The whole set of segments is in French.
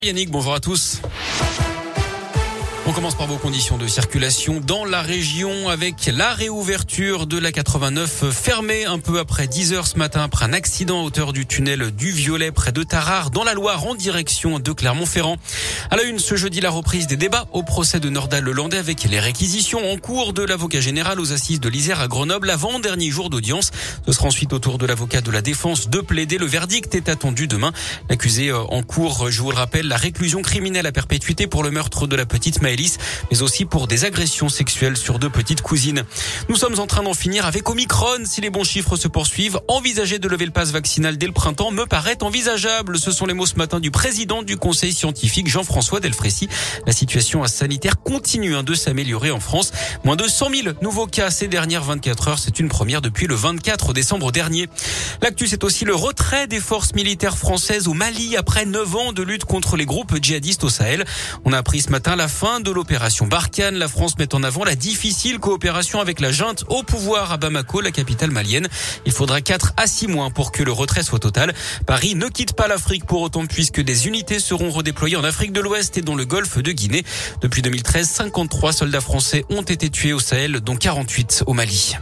Yannick, bonjour à tous. On commence par vos conditions de circulation dans la région avec la réouverture de la 89 fermée un peu après 10h ce matin après un accident à hauteur du tunnel du Violet près de Tarare dans la Loire en direction de Clermont-Ferrand. À la une ce jeudi, la reprise des débats au procès de Nordal-Lelandais avec les réquisitions en cours de l'avocat général aux assises de l'Isère à Grenoble avant dernier jour d'audience. Ce sera ensuite au tour de l'avocat de la défense de plaider. Le verdict est attendu demain. L'accusé en cours, je vous le rappelle, la réclusion criminelle à perpétuité pour le meurtre de la petite Maëlys, mais aussi pour des agressions sexuelles sur deux petites cousines. Nous sommes en train d'en finir avec Omicron. Si les bons chiffres se poursuivent, envisager de lever le pass vaccinal dès le printemps me paraît envisageable. Ce sont les mots ce matin du président du conseil scientifique, Jean-François Delfrécy. La situation sanitaire continue de s'améliorer en France. Moins de 100 000 nouveaux cas ces dernières 24 heures. C'est une première depuis le 24 décembre dernier. L'actu, c'est aussi le retrait des forces militaires françaises au Mali après 9 ans de lutte contre les groupes djihadistes au Sahel. On a appris ce matin la fin de l'opération Barkhane. La France met en avant la difficile coopération avec la junte au pouvoir à Bamako, la capitale malienne. Il faudra 4 à 6 mois pour que le retrait soit total. Paris ne quitte pas l'Afrique pour autant puisque des unités seront redéployées en Afrique de l'Ouest et dans le golfe de Guinée. Depuis 2013, 53 soldats français ont été tués au Sahel, dont 48 au Mali.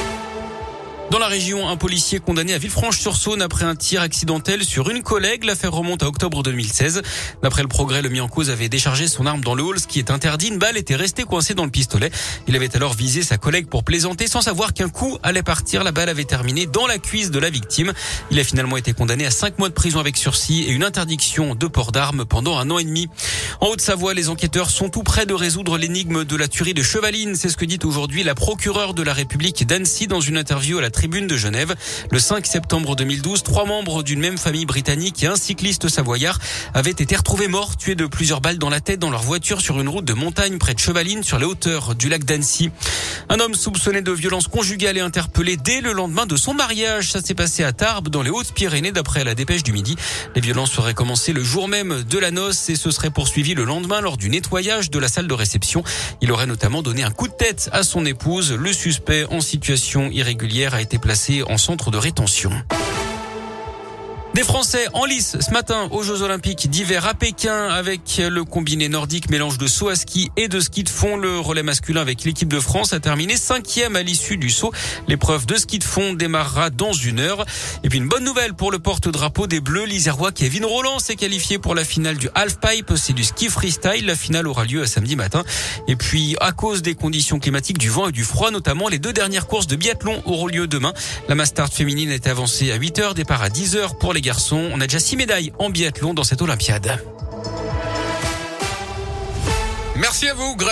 Dans la région, un policier condamné à Villefranche-sur-Saône après un tir accidentel sur une collègue. L'affaire remonte à octobre 2016. D'après le Progrès, le mis en cause avait déchargé son arme dans le hall, ce qui est interdit. Une balle était restée coincée dans le pistolet. Il avait alors visé sa collègue pour plaisanter sans savoir qu'un coup allait partir. La balle avait terminé dans la cuisse de la victime. Il a finalement été condamné à 5 mois de prison avec sursis et une interdiction de port d'armes pendant 1 an et demi. En Haute-Savoie, les enquêteurs sont tout près de résoudre l'énigme de la tuerie de Chevaline. C'est ce que dit aujourd'hui la procureure de la République d'Annecy dans une interview à la Tribune de Genève. Le 5 septembre 2012, 3 membres d'une même famille britannique et un cycliste savoyard avaient été retrouvés morts, tués de plusieurs balles dans la tête dans leur voiture sur une route de montagne près de Chevaline sur les hauteurs du lac d'Annecy. Un homme soupçonné de violence conjugale est interpellé dès le lendemain de son mariage. Ça s'est passé à Tarbes dans les Hautes-Pyrénées d'après la dépêche du Midi. Les violences auraient commencé le jour même de la noce et se seraient poursuivies le lendemain lors du nettoyage de la salle de réception. Il aurait notamment donné un coup de tête à son épouse. Le suspect en situation irrégulière a été placé en centre de rétention. Des Français en lice ce matin aux Jeux Olympiques d'hiver à Pékin avec le combiné nordique mélange de saut à ski et de ski de fond. Le relais masculin avec l'équipe de France a terminé 5e à l'issue du saut. L'épreuve de ski de fond démarrera dans 1 heure. Et puis une bonne nouvelle pour le porte-drapeau des Bleus, l'Isérois Kevin Rolland s'est qualifié pour la finale du halfpipe. C'est du ski freestyle. La finale aura lieu samedi matin. Et puis à cause des conditions climatiques, du vent et du froid notamment, les 2 dernières courses de biathlon auront lieu demain. La Mastart féminine est avancée à 8h, départ à 10h pour les garçons. On a déjà 6 médailles en biathlon dans cette Olympiade. Merci à vous.